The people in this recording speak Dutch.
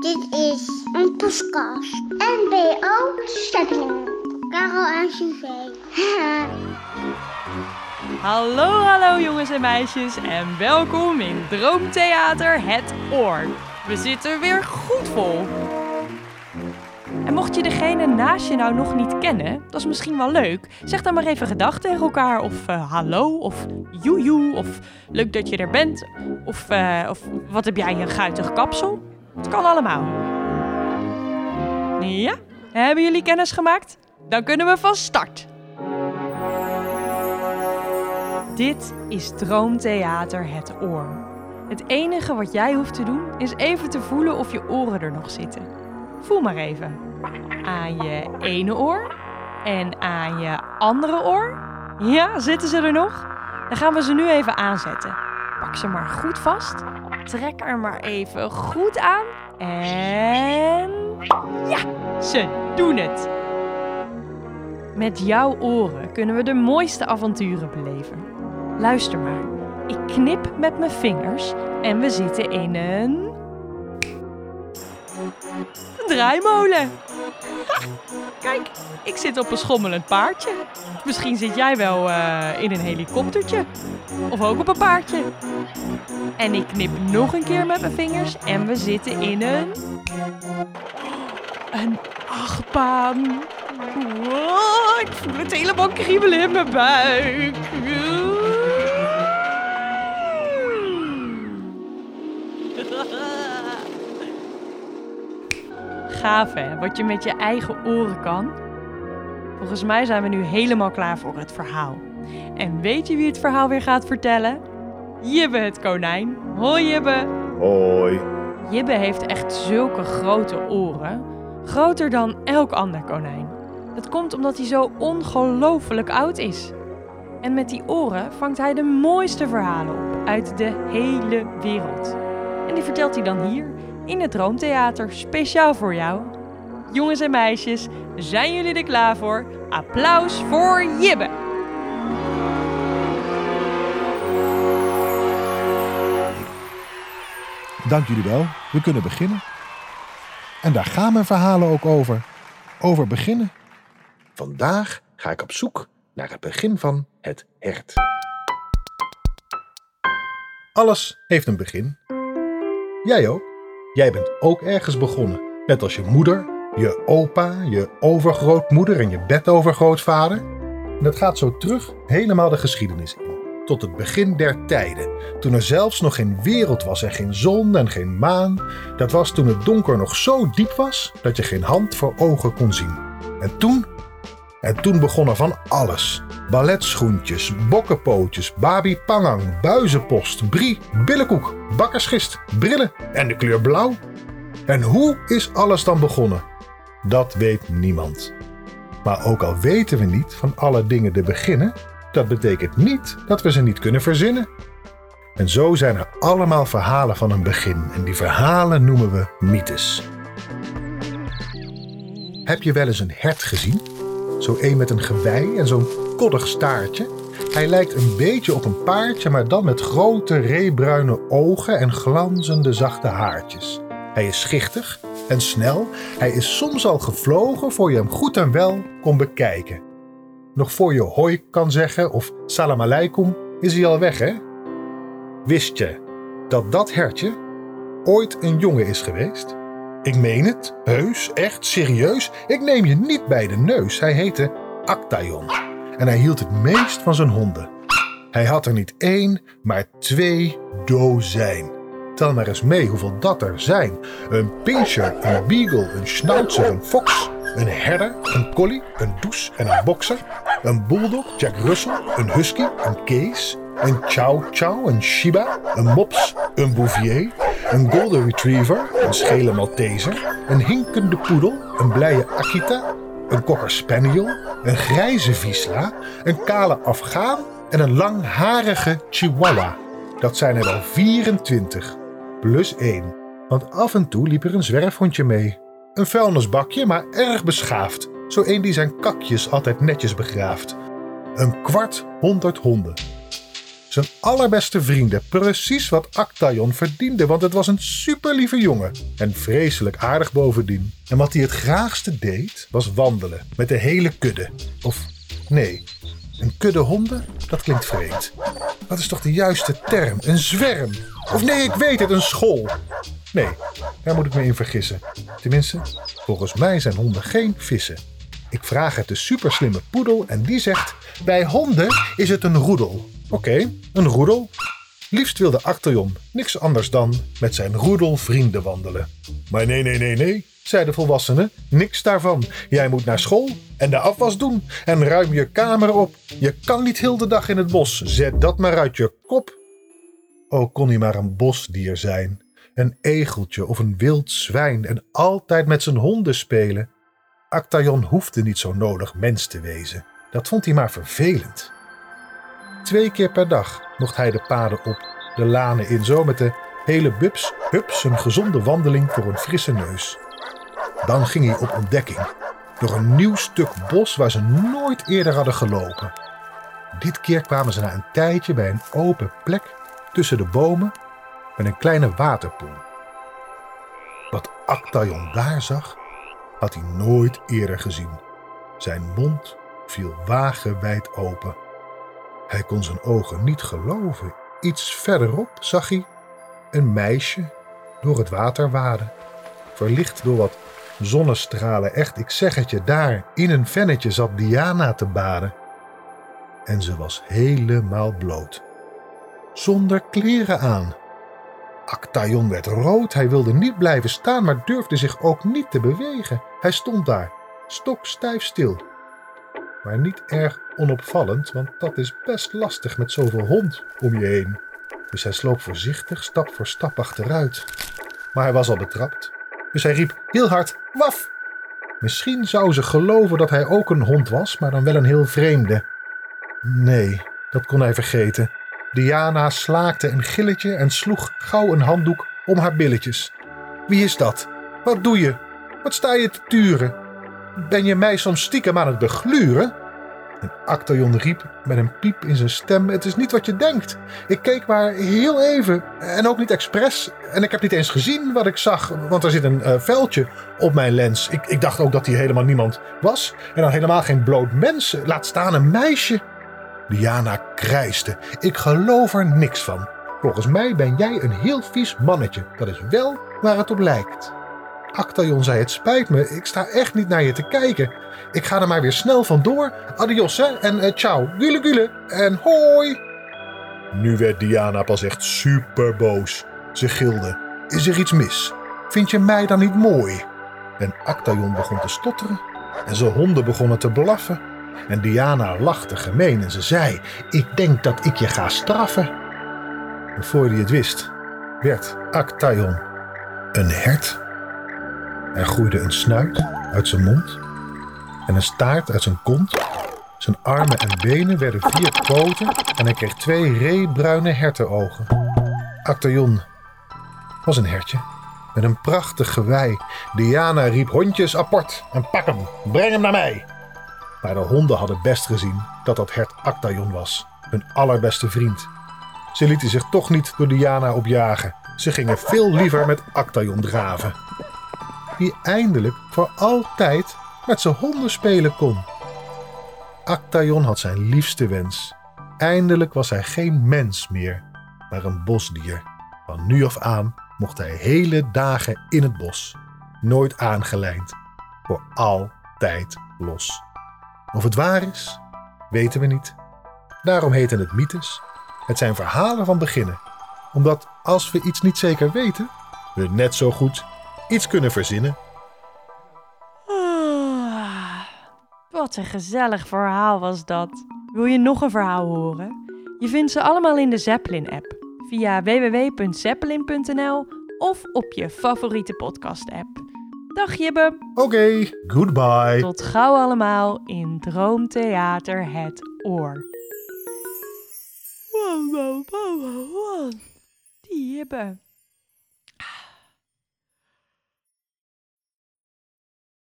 Dit is een podcast. NPO Stepping. Karel en Suzanne. Hallo jongens en meisjes en welkom in Droomtheater Het Oor. We zitten weer goed vol. En mocht je degene naast je nou nog niet kennen, dat is misschien wel leuk. Zeg dan maar even gedag tegen elkaar of hallo of joejoe of leuk dat je er bent. Of wat heb jij een guitig kapsel? Het kan allemaal. Ja, hebben jullie kennis gemaakt? Dan kunnen we van start. Dit is Droomtheater Het Oor. Het enige wat jij hoeft te doen is even te voelen of je oren er nog zitten. Voel maar even. Aan je ene oor en aan je andere oor. Ja, zitten ze er nog? Dan gaan we ze nu even aanzetten. Pak ze maar goed vast. Trek er maar even goed aan. En ja, ze doen het. Met jouw oren kunnen we de mooiste avonturen beleven. Luister maar. Ik knip met mijn vingers en we zitten in een draaimolen. Ha, kijk, ik zit op een schommelend paardje. Misschien zit jij wel in een helikoptertje. Of ook op een paardje. En ik knip nog een keer met mijn vingers en we zitten in een achtbaan. Wow, ik voel het helemaal kriebelen in mijn buik. Gaaf hè, wat je met je eigen oren kan. Volgens mij zijn we nu helemaal klaar voor het verhaal. En weet je wie het verhaal weer gaat vertellen? Jibbe het konijn. Hoi Jibbe. Hoi. Jibbe heeft echt zulke grote oren. Groter dan elk ander konijn. Dat komt omdat hij zo ongelooflijk oud is. En met die oren vangt hij de mooiste verhalen op uit de hele wereld. En die vertelt hij dan hier in het Droomtheater, speciaal voor jou. Jongens en meisjes, zijn jullie er klaar voor? Applaus voor Jibbe! Dank jullie wel. We kunnen beginnen. En daar gaan mijn verhalen ook over. Over beginnen. Vandaag ga ik op zoek naar het begin van het hert. Alles heeft een begin. Jij ook. Jij bent ook ergens begonnen. Net als je moeder, je opa, je overgrootmoeder en je bedovergrootvader. En dat gaat zo terug helemaal de geschiedenis in. Tot het begin der tijden. Toen er zelfs nog geen wereld was en geen zon en geen maan. Dat was toen het donker nog zo diep was dat je geen hand voor ogen kon zien. En toen begon er van alles. Balletschoentjes, bokkenpootjes, babi pangang, buizenpost, brie, billenkoek, bakkersgist, brillen en de kleur blauw. En hoe is alles dan begonnen? Dat weet niemand. Maar ook al weten we niet van alle dingen te beginnen, dat betekent niet dat we ze niet kunnen verzinnen. En zo zijn er allemaal verhalen van een begin en die verhalen noemen we mythes. Heb je wel eens een hert gezien? Zo een met een gewei en zo'n koddig staartje. Hij lijkt een beetje op een paardje, maar dan met grote reebruine ogen en glanzende zachte haartjes. Hij is schichtig en snel. Hij is soms al gevlogen voor je hem goed en wel kon bekijken. Nog voor je hoi kan zeggen of salam aleikum is hij al weg, hè? Wist je dat dat hertje ooit een jongen is geweest? Ik meen het, heus, echt, serieus. Ik neem je niet bij de neus. Hij heette Actaeon en hij hield het meest van zijn honden. Hij had er niet 1, maar 2 dozijn. Tel maar eens mee hoeveel dat er zijn. Een pinscher, een beagle, een schnauzer, een fox, een herder, een collie, een does en een bokser, een bulldog, Jack Russell, een husky, een kees, een chow chow, een shiba, een mops, een bouvier, een golden retriever, een schele malteser, een hinkende poedel, een blije Akita, een cocker spaniel, een grijze Vizsla, een kale Afghaan en een langharige Chihuahua. Dat zijn er wel 24, plus 1. Want af en toe liep er een zwerfhondje mee. Een vuilnisbakje, maar erg beschaafd. Zo een die zijn kakjes altijd netjes begraaft. 250 honden. Zijn allerbeste vrienden, precies wat Actaeon verdiende, want het was een superlieve jongen. En vreselijk aardig bovendien. En wat hij het graagste deed, was wandelen met de hele kudde. Of nee, een kudde honden? Dat klinkt vreemd. Wat is toch de juiste term? Een zwerm? Of nee, ik weet het, een school. Nee, daar moet ik me in vergissen. Tenminste, volgens mij zijn honden geen vissen. Ik vraag het de superslimme poedel en die zegt: bij honden is het een roedel. Oké, een roedel. Liefst wilde Actaeon niks anders dan met zijn roedel vrienden wandelen. Maar nee, zei de volwassene, niks daarvan. Jij moet naar school en de afwas doen en ruim je kamer op. Je kan niet heel de dag in het bos, zet dat maar uit je kop. O, kon hij maar een bosdier zijn, een egeltje of een wild zwijn en altijd met zijn honden spelen. Actaeon hoefde niet zo nodig mens te wezen. Dat vond hij maar vervelend. 2 keer per dag mocht hij de paden op, de lanen in, zo met de hele bubs, een gezonde wandeling voor een frisse neus. Dan ging hij op ontdekking, door een nieuw stuk bos waar ze nooit eerder hadden gelopen. Dit keer kwamen ze na een tijdje bij een open plek tussen de bomen met een kleine waterpoel. Wat Actaeon daar zag, had hij nooit eerder gezien. Zijn mond viel wagenwijd open. Hij kon zijn ogen niet geloven. Iets verderop zag hij een meisje door het water waden. Verlicht door wat zonnestralen. Echt, ik zeg het je, daar in een vennetje zat Diana te baden. En ze was helemaal bloot. Zonder kleren aan. Actaeon werd rood. Hij wilde niet blijven staan, maar durfde zich ook niet te bewegen. Hij stond daar, stokstijf stil. Maar niet erg onopvallend, want dat is best lastig met zoveel hond om je heen. Dus hij sloop voorzichtig, stap voor stap achteruit. Maar hij was al betrapt. Dus hij riep heel hard, waf! Misschien zou ze geloven dat hij ook een hond was, maar dan wel een heel vreemde. Nee, dat kon hij vergeten. Diana slaakte een gilletje en sloeg gauw een handdoek om haar billetjes. Wie is dat? Wat doe je? Wat sta je te turen? Ben je mij soms stiekem aan het begluren? En Actaeon riep met een piep in zijn stem: het is niet wat je denkt. Ik keek maar heel even en ook niet expres. En ik heb niet eens gezien wat ik zag, want er zit een veldje op mijn lens. Ik dacht ook dat hij helemaal niemand was. En dan helemaal geen bloot mens, laat staan een meisje. Diana krijste. Ik geloof er niks van. Volgens mij ben jij een heel vies mannetje. Dat is wel waar het op lijkt. Actaeon zei: het spijt me, ik sta echt niet naar je te kijken. Ik ga er maar weer snel vandoor. Adios hè, en ciao, gule gule en hoi. Nu werd Diana pas echt super boos. Ze gilde: is er iets mis? Vind je mij dan niet mooi? En Actaeon begon te stotteren en zijn honden begonnen te blaffen. En Diana lachte gemeen en ze zei: ik denk dat ik je ga straffen. En voor hij het wist, werd Actaeon een hert. Er groeide een snuit uit zijn mond en een staart uit zijn kont. Zijn armen en benen werden 4 poten en hij kreeg 2 reebruine hertenogen. Actaeon was een hertje met een prachtig gewei. Diana riep: hondjes apart en pak hem, breng hem naar mij. Maar de honden hadden best gezien dat dat hert Actaeon was, hun allerbeste vriend. Ze lieten zich toch niet door Diana opjagen. Ze gingen veel liever met Actaeon draven, die eindelijk voor altijd met zijn honden spelen kon. Actaeon had zijn liefste wens. Eindelijk was hij geen mens meer, maar een bosdier. Van nu af aan mocht hij hele dagen in het bos, nooit aangelijnd, voor altijd los. Of het waar is, weten we niet. Daarom heten het mythes. Het zijn verhalen van beginnen. Omdat als we iets niet zeker weten, we net zo goed iets kunnen verzinnen. Wat een gezellig verhaal was dat. Wil je nog een verhaal horen? Je vindt ze allemaal in de Zeppelin-app. Via www.zeppelin.nl of op je favoriete podcast-app. Dag Jibbe. Oké, goodbye. Tot gauw allemaal in Droomtheater Het Oor. Wow. Die Jibbe.